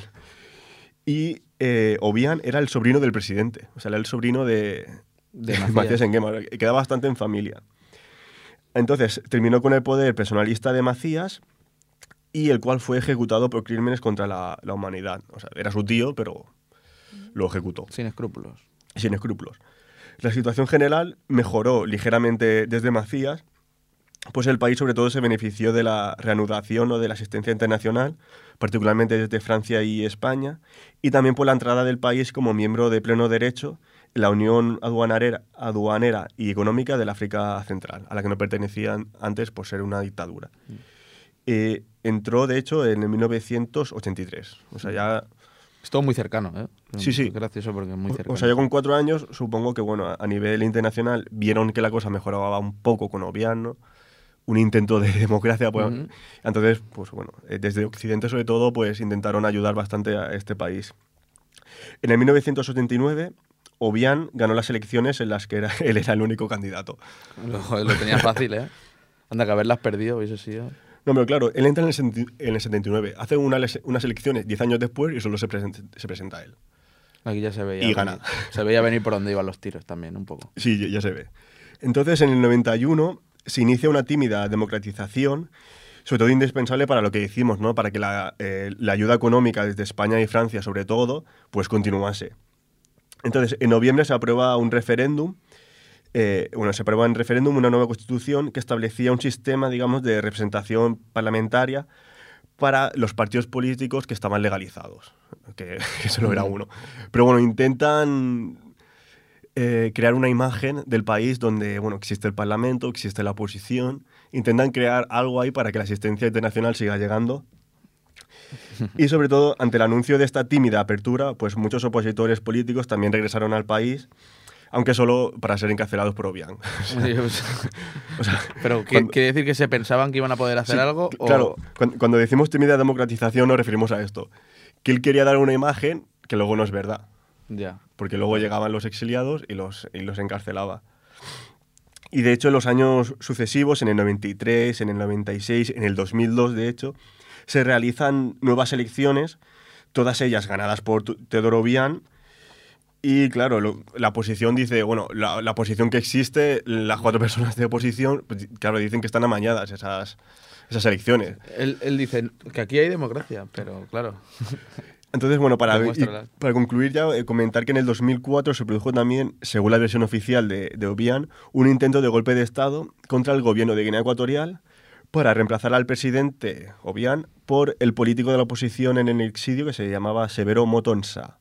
Y eh, Obiang era el sobrino del presidente, o sea, era el sobrino de, de Macías Nguema, que quedaba bastante en familia. Entonces, terminó con el poder personalista de Macías, y el cual fue ejecutado por crímenes contra la, la humanidad. O sea, era su tío, pero lo ejecutó. Sin escrúpulos. Sin escrúpulos. La situación general mejoró ligeramente desde Macías, pues el país sobre todo se benefició de la reanudación o de la asistencia internacional, particularmente desde Francia y España, y también por la entrada del país como miembro de pleno derecho en la Unión Aduanera, Aduanera y Económica del África Central, a la que no pertenecían antes por ser una dictadura. Mm. Eh, entró, de hecho, en el mil novecientos ochenta y tres. O sea, ya... Es todo muy cercano, ¿eh? Sí, sí. Gracioso porque es muy cercano. O sea, yo con cuatro años, supongo que, bueno, a nivel internacional vieron que la cosa mejoraba un poco con Obiang, ¿no? Un intento de democracia. Pues, uh-huh. Entonces, pues bueno, desde Occidente sobre todo, pues intentaron ayudar bastante a este país. En el mil novecientos ochenta y nueve, Obiang ganó las elecciones en las que era, él era el único candidato. Lo, lo tenía fácil, ¿eh? Anda, que haberlas perdido hubiese sido... No, pero claro, él entra en el, en el setenta y nueve, hace una, unas elecciones diez años después y solo se presenta, se presenta él. Aquí ya se veía. Y venir, gana. Se veía venir por dónde iban los tiros también, un poco. Sí, ya, ya se ve. Entonces, en el noventa y uno se inicia una tímida democratización, sobre todo indispensable para lo que decimos, ¿no? Para que la, eh, la ayuda económica desde España y Francia, sobre todo, pues continuase. Entonces, en noviembre se aprueba un referéndum. Eh, bueno, se aprueba en referéndum una nueva constitución que establecía un sistema, digamos, de representación parlamentaria para los partidos políticos que estaban legalizados, que, que solo era uno. Pero bueno, intentan eh, crear una imagen del país donde bueno, existe el Parlamento, existe la oposición, intentan crear algo ahí para que la asistencia internacional siga llegando. Y sobre todo, ante el anuncio de esta tímida apertura, pues muchos opositores políticos también regresaron al país, aunque solo para ser encarcelados por Obiang. O sea, pero ¿quiere decir que se pensaban que iban a poder hacer sí, algo? Claro, o... cuando, cuando decimos tímida democratización nos referimos a esto, que él quería dar una imagen que luego no es verdad. Ya. Porque luego llegaban los exiliados y los, y los encarcelaba. Y de hecho en los años sucesivos, en el noventa y tres, en el noventa y seis, en el dos mil dos de hecho, se realizan nuevas elecciones, todas ellas ganadas por Teodoro Obiang. Y claro, lo, la oposición dice, bueno, la, la oposición que existe, las cuatro personas de oposición, pues, claro, dicen que están amañadas esas, esas elecciones. Él, él dice que aquí hay democracia, pero claro. Entonces, bueno, para, y, para concluir ya, eh, comentar que en el dos mil cuatro se produjo también, según la versión oficial de, de Obiang, un intento de golpe de Estado contra el gobierno de Guinea Ecuatorial para reemplazar al presidente Obiang por el político de la oposición en el exilio que se llamaba Severo Motonsa.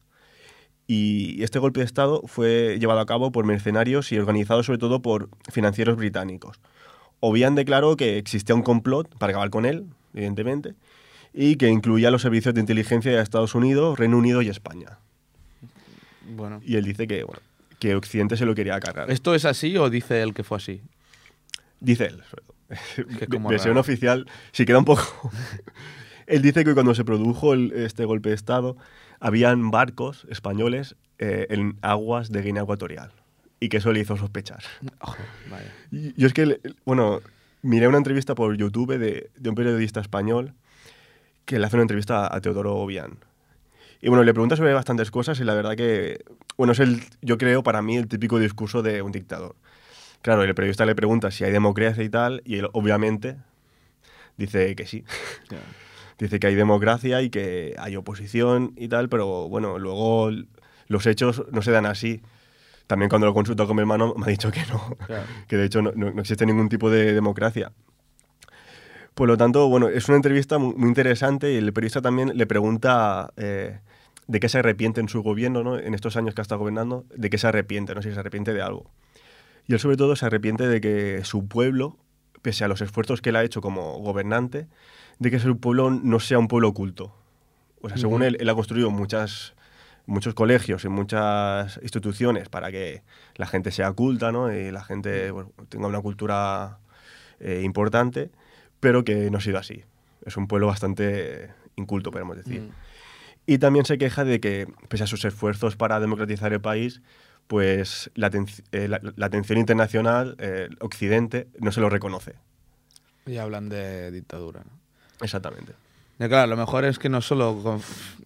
Y este golpe de Estado fue llevado a cabo por mercenarios y organizado sobre todo por financieros británicos. Obiang declaró que existía un complot para acabar con él, evidentemente, y que incluía los servicios de inteligencia de Estados Unidos, Reino Unido y España. Bueno. Y él dice que, bueno, que Occidente se lo quería cargar. ¿Esto es así o dice él que fue así? Dice él. Versión oficial, sí queda un poco... Él dice que cuando se produjo el, este golpe de Estado, habían barcos españoles eh, en aguas de Guinea Ecuatorial y que eso le hizo sospechar. Oh, vaya. Y, yo es que, bueno, miré una entrevista por YouTube de, de un periodista español que le hace una entrevista a Teodoro Obiang. Y bueno, le pregunta sobre bastantes cosas y la verdad que, bueno, es el, yo creo, para mí, el típico discurso de un dictador. Claro, el periodista le pregunta si hay democracia y tal, y él, obviamente, dice que sí. Yeah. Dice que hay democracia y que hay oposición y tal, pero bueno, luego los hechos no se dan así. También cuando lo consulto con mi hermano me ha dicho que no, claro. Que de hecho no, no, no existe ningún tipo de democracia. Por lo tanto, bueno, es una entrevista muy, muy interesante y el periodista también le pregunta eh, de qué se arrepiente en su gobierno, ¿no? En estos años que ha estado gobernando, de qué se arrepiente, no sé si se arrepiente de algo. Y él sobre todo se arrepiente de que su pueblo, pese a los esfuerzos que él ha hecho como gobernante, de que su pueblo no sea un pueblo culto. O sea, según uh-huh. él, él ha construido muchas, muchos colegios y muchas instituciones para que la gente sea culta, ¿no? Y la gente bueno, tenga una cultura eh, importante, pero que no ha sido así. Es un pueblo bastante inculto, podemos decir. Uh-huh. Y también se queja de que, pese a sus esfuerzos para democratizar el país, pues la, aten- eh, la, la atención internacional, eh, Occidente, no se lo reconoce. Y hablan de dictadura, ¿no? Exactamente. Y claro, lo mejor es que no solo, con,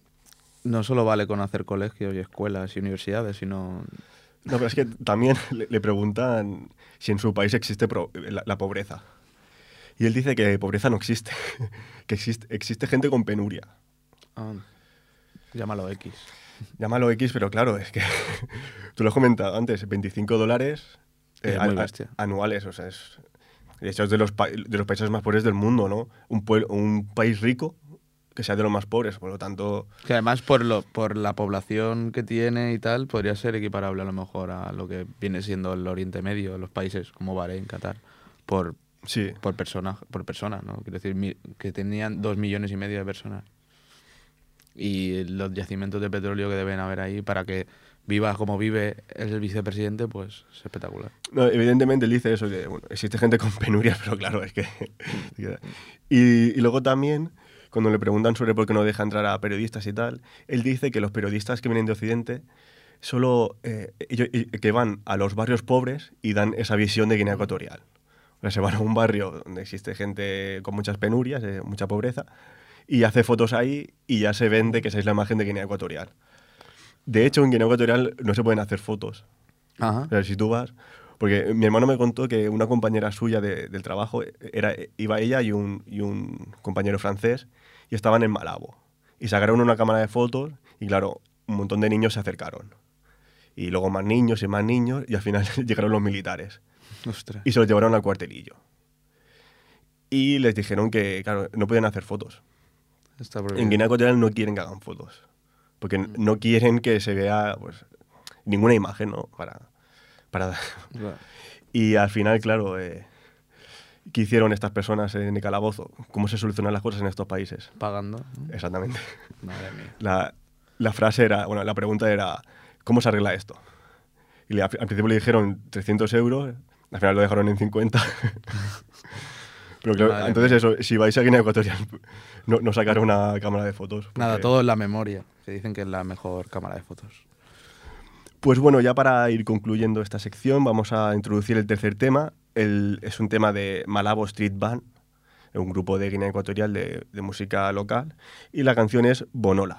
no solo vale con hacer colegios y escuelas y universidades, sino... No, pero es que también le, le preguntan si en su país existe pro, la, la pobreza. Y él dice que pobreza no existe, que existe, existe gente con penuria. Ah, llámalo X. Llámalo X, pero claro, es que tú lo has comentado antes, veinticinco dólares eh, a, a, anuales, o sea, es... De hecho, es de los, pa- de los países más pobres del mundo, ¿no? Un, pueblo, un país rico que sea de los más pobres, por lo tanto... Que además, por, lo, por la población que tiene y tal, podría ser equiparable a lo mejor a lo que viene siendo el Oriente Medio, los países como Bahrein, Qatar, por, sí. por persona, por persona, ¿no? Quiero decir, mi, que tenían dos millones y medio de personas. Y los yacimientos de petróleo que deben haber ahí para que viva como vive el vicepresidente, pues es espectacular. No, evidentemente él dice eso, que bueno, existe gente con penurias, pero claro, es que... y, y luego también, cuando le preguntan sobre por qué no deja entrar a periodistas y tal, él dice que los periodistas que vienen de Occidente solo eh, ellos, que van a los barrios pobres y dan esa visión de Guinea Ecuatorial. O sea, se van a un barrio donde existe gente con muchas penurias, eh, mucha pobreza, y hace fotos ahí y ya se vende que esa es la imagen de Guinea Ecuatorial. De hecho, en Guinea Ecuatorial no se pueden hacer fotos. Ajá. O sea, si tú vas... Porque mi hermano me contó que una compañera suya de, del trabajo, era, iba ella y un, y un compañero francés, y estaban en Malabo. Y sacaron una cámara de fotos y, claro, un montón de niños se acercaron. Y luego más niños y más niños, y al final llegaron los militares. Ostras. Y se los llevaron al cuartelillo. Y les dijeron que, claro, no podían hacer fotos. Está prohibido. En Guinea Ecuatorial no quieren que hagan fotos. Porque mm. no quieren que se vea pues, ninguna imagen, ¿no? Para, para... Claro. Y al final, claro, eh, ¿qué hicieron estas personas en el calabozo? ¿Cómo se solucionan las cosas en estos países? Pagando. ¿no? Exactamente. Madre mía. La, la frase era, bueno, la pregunta era, ¿cómo se arregla esto? Y le, al principio le dijeron trescientos euros, al final lo dejaron en cincuenta. Pero claro, Madre entonces mía. eso, si vais a Guinea Ecuatorial, no, no sacar una cámara de fotos. Porque... Nada, todo en la memoria, que dicen que es la mejor cámara de fotos. Pues bueno, ya para ir concluyendo esta sección, vamos a introducir el tercer tema. El, es un tema de Malabo Street Band, un grupo de Guinea Ecuatorial de, de música local, y la canción es Bonola.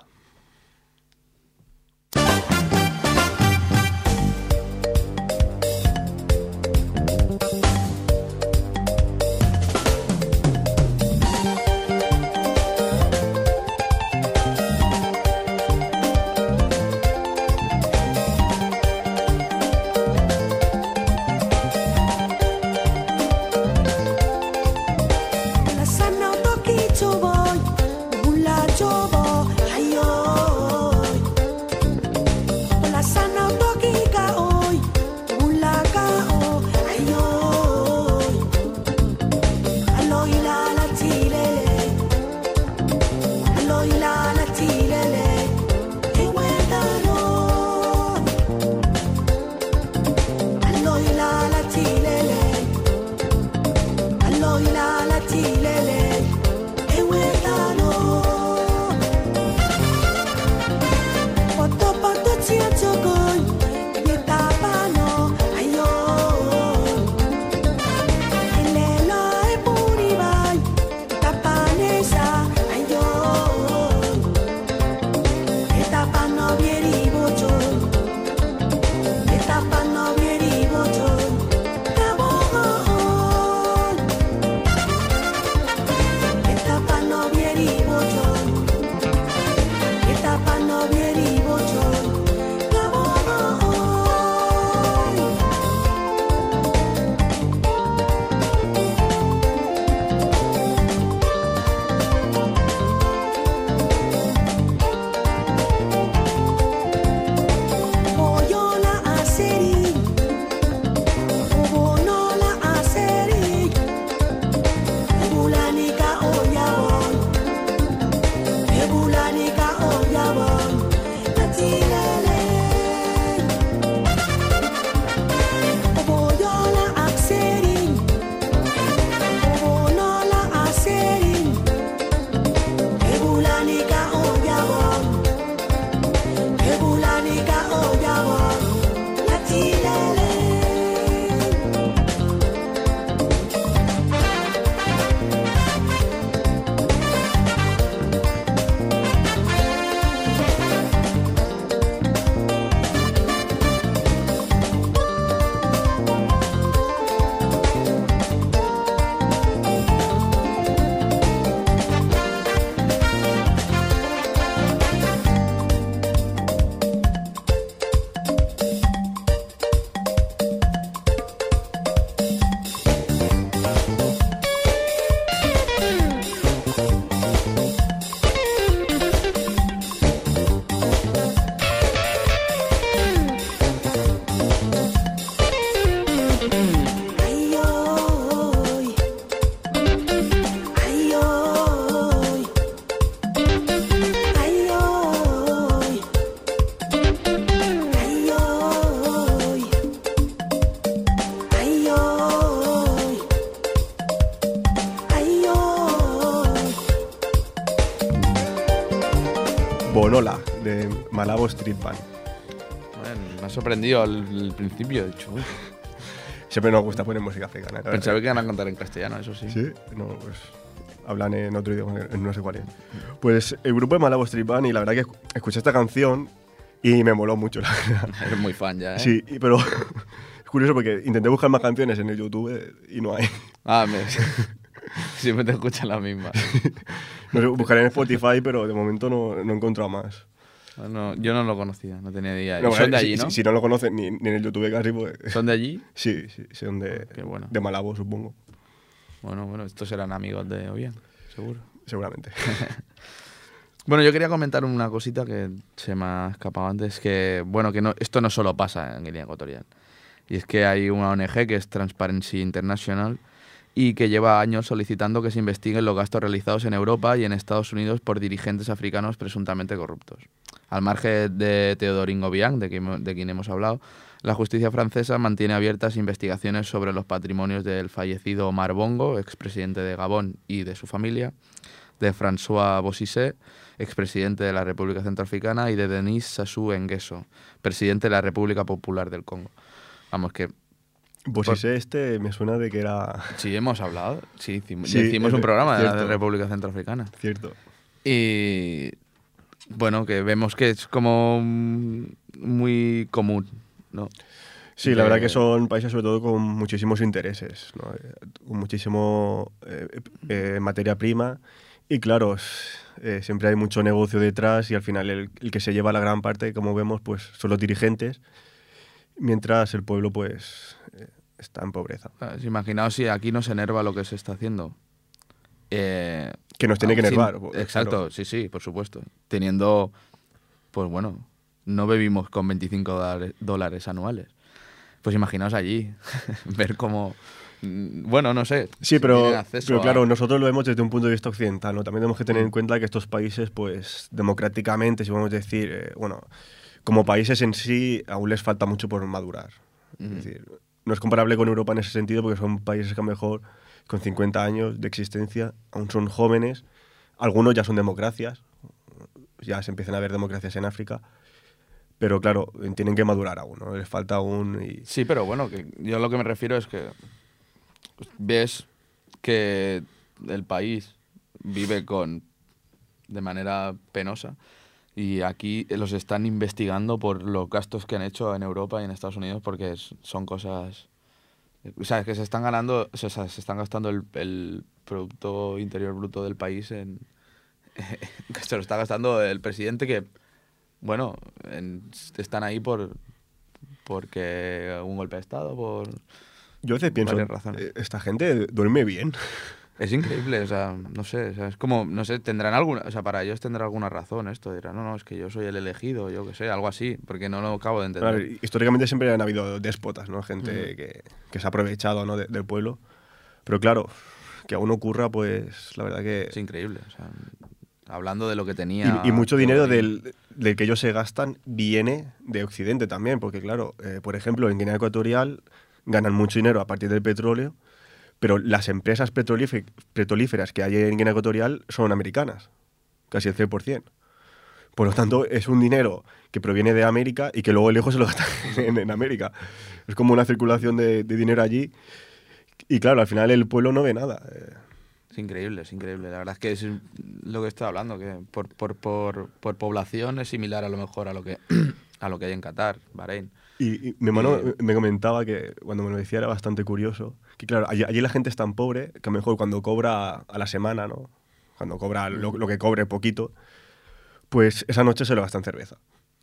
Bonola, de Malabo Street Band. Bueno, me ha sorprendido al, al principio, he dicho, uy. Siempre nos gusta poner música africana. Pensaba que iban a cantar en castellano, eso sí. Sí, no, pues hablan en otro idioma, no sé cuál es. Pues el grupo de Malabo Street Band, y la verdad que escuché esta canción y me moló mucho, la verdad. Eres muy fan ya, ¿eh? Sí, pero es curioso porque intenté buscar más canciones en el YouTube y no hay. Ah, me... siempre te escuchan las mismas. No sé, buscaré en Spotify, pero de momento no, no he encontrado más. No, yo no lo conocía, no tenía ni idea. No, son de si, allí, ¿no? Si, si no lo conocen ni, ni en el YouTube casi, pues... ¿Son de allí? Sí, sí, son de, Qué bueno. de Malabo, supongo. Bueno, bueno, estos serán amigos de Obiang, seguro. Seguramente. Bueno, yo quería comentar una cosita que se me ha escapado antes, que bueno, que no, esto no solo pasa en Guinea Ecuatorial. Y es que hay una O N G que es Transparency International y que lleva años solicitando que se investiguen los gastos realizados en Europa y en Estados Unidos por dirigentes africanos presuntamente corruptos. Al margen de Teodorin Obiang, de quien, de quien hemos hablado, la justicia francesa mantiene abiertas investigaciones sobre los patrimonios del fallecido Omar Bongo, expresidente de Gabón y de su familia, de François Bozizé, expresidente de la República Centroafricana, y de Denis Sassou Nguesso, presidente de la República Popular del Congo. Vamos, que... Bozizé este me suena de que era... Sí, hemos hablado. Sí, hicimos, sí, hicimos un programa cierto. de la República Centroafricana. Cierto. Y... Bueno, que vemos que es como muy común, ¿no? Sí, la de... verdad que son países sobre todo con muchísimos intereses, ¿no? Con muchísimo eh, eh, materia prima y claro, eh, siempre hay mucho negocio detrás y al final el, el que se lleva la gran parte, como vemos, pues son los dirigentes, mientras el pueblo pues eh, está en pobreza. Imaginaos si aquí nos enerva lo que se está haciendo. Eh, que nos tiene que enervar. Sin, exacto, claro. sí, sí, por supuesto. Teniendo, pues bueno, no vivimos con veinticinco dólares anuales. Pues imaginaos allí, ver cómo... Bueno, no sé. Sí, pero, si pero a... claro, nosotros lo vemos desde un punto de vista occidental, ¿no? También tenemos que tener en cuenta que estos países, pues, democráticamente, si vamos a decir, eh, bueno, como países en sí, aún les falta mucho por madurar. Uh-huh. Es decir, no es comparable con Europa en ese sentido, porque son países que a lo mejor, con cincuenta años de existencia, aún son jóvenes. Algunos ya son democracias, ya se empiezan a ver democracias en África. Pero claro, tienen que madurar aún, ¿no? Les falta aún... Y... Sí, pero bueno, que yo lo que me refiero es que ves que el país vive con de manera penosa y aquí los están investigando por los gastos que han hecho en Europa y en Estados Unidos porque es, son cosas... O sea, es que se están ganando, o sea, se están gastando el, el Producto Interior Bruto del país en... que se lo está gastando el presidente que... Bueno, en, están ahí por porque un golpe de Estado, por Yo a veces pienso, esta gente duerme bien. Es increíble, o sea, no sé, o sea, es como, no sé, tendrán alguna, o sea, para ellos tendrá alguna razón esto, dirán, no, no, es que yo soy el elegido, yo qué sé, algo así, porque no lo acabo de entender. Claro, históricamente siempre han habido déspotas, ¿no? Gente mm. que, que se ha aprovechado, ¿no? de, del pueblo, pero claro, que aún ocurra, pues, la verdad que... Es increíble, o sea... Hablando de lo que tenía... Y, y mucho dinero del, del que ellos se gastan viene de Occidente también, porque claro, eh, por ejemplo, en Guinea Ecuatorial ganan mucho dinero a partir del petróleo, pero las empresas petrolíferas que hay en Guinea Ecuatorial son americanas, casi el cien por ciento. Por lo tanto, es un dinero que proviene de América y que luego lejos se lo gastan en, en América. Es como una circulación de, de dinero allí y claro, al final el pueblo no ve nada. Eh, Es increíble, es increíble. La verdad es que es lo que estoy hablando, que por, por, por, por población es similar a lo mejor a lo que, a lo que hay en Qatar, Bahrein. Y, y mi hermano y, me comentaba que cuando me lo decía era bastante curioso, que claro, allí, allí la gente es tan pobre que a lo mejor cuando cobra a la semana, ¿no? Cuando cobra lo, lo que cobre poquito, pues esa noche se lo gasta en cerveza.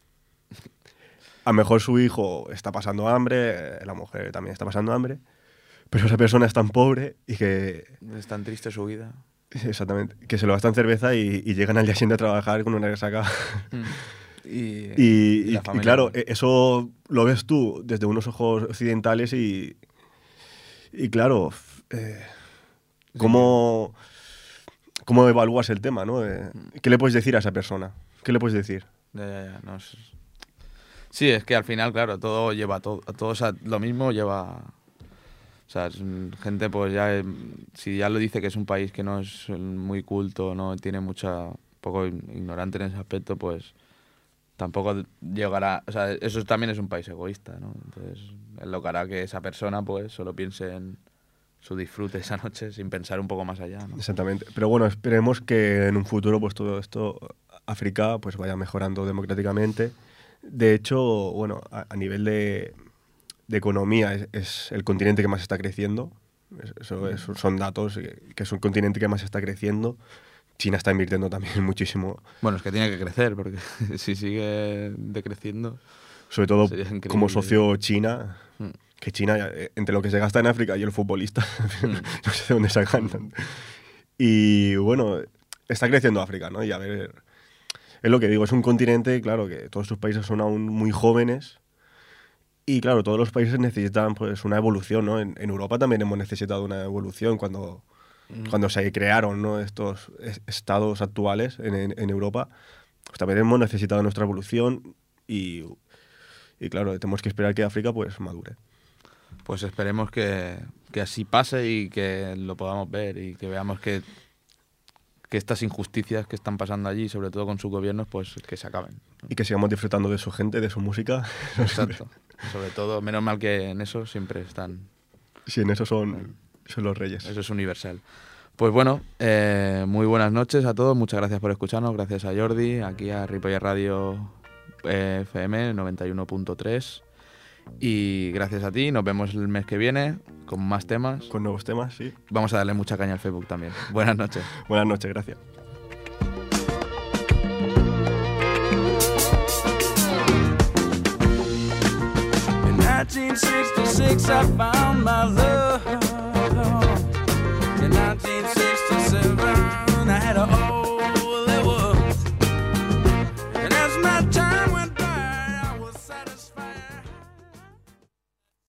A lo mejor su hijo está pasando hambre, la mujer también está pasando hambre, pero esa persona es tan pobre y que... Es tan triste su vida. Exactamente. Que se lo gastan cerveza y, y llegan al día siguiente a trabajar con una resaca. Mm. Y, y, y, y, y claro, eso lo ves tú desde unos ojos occidentales y... Y claro, eh, ¿cómo, ¿cómo evalúas el tema, no? Eh, ¿Qué le puedes decir a esa persona? ¿Qué le puedes decir? Ya, ya, ya, no es... Sí, es que al final, claro, todo lleva... Todo, todo, o sea, lo mismo lleva... O sea, es gente, pues ya, si ya lo dice que es un país que no es muy culto, no tiene mucha, poco ignorante en ese aspecto, pues tampoco llegará, o sea, eso también es un país egoísta, ¿no? Entonces, es lo que hará que esa persona, pues, solo piense en su disfrute esa noche sin pensar un poco más allá, ¿no? Exactamente. Pero bueno, esperemos que en un futuro, pues todo esto, África, pues vaya mejorando democráticamente. De hecho, bueno, a, a nivel de... de economía es, es el continente que más está creciendo. Eso, eso son datos, que es un continente que más está creciendo. China está invirtiendo también muchísimo. Bueno, es que tiene que crecer, porque si sigue decreciendo... Sobre todo como socio China, mm. que China, entre lo que se gasta en África y el futbolista, mm. no sé de dónde sacan. Y bueno, está creciendo África, ¿no? Y a ver es lo que digo, es un continente, claro, que todos sus países son aún muy jóvenes y, claro, todos los países necesitan pues una evolución, ¿no? En, en Europa también hemos necesitado una evolución cuando, mm. cuando se crearon, ¿no? estos estados actuales en, en, en Europa, pues también hemos necesitado nuestra evolución y, y, claro, tenemos que esperar que África pues madure. Pues esperemos que, que así pase y que lo podamos ver y que veamos que, que estas injusticias que están pasando allí, sobre todo con sus gobiernos, pues que se acaben. Y que sigamos disfrutando de su gente, de su música. Exacto. Sobre todo, menos mal que en eso siempre están... Sí, en eso son, son los reyes. Eso es universal. Pues bueno, eh, muy buenas noches a todos, muchas gracias por escucharnos, gracias a Jordi, aquí a Ripollet Radio eh, F M noventa y uno punto tres. Y gracias a ti, nos vemos el mes que viene con más temas. Con nuevos temas, sí. Vamos a darle mucha caña al Facebook también. Buenas noches. Buenas noches, gracias. In nineteen sixty-six I found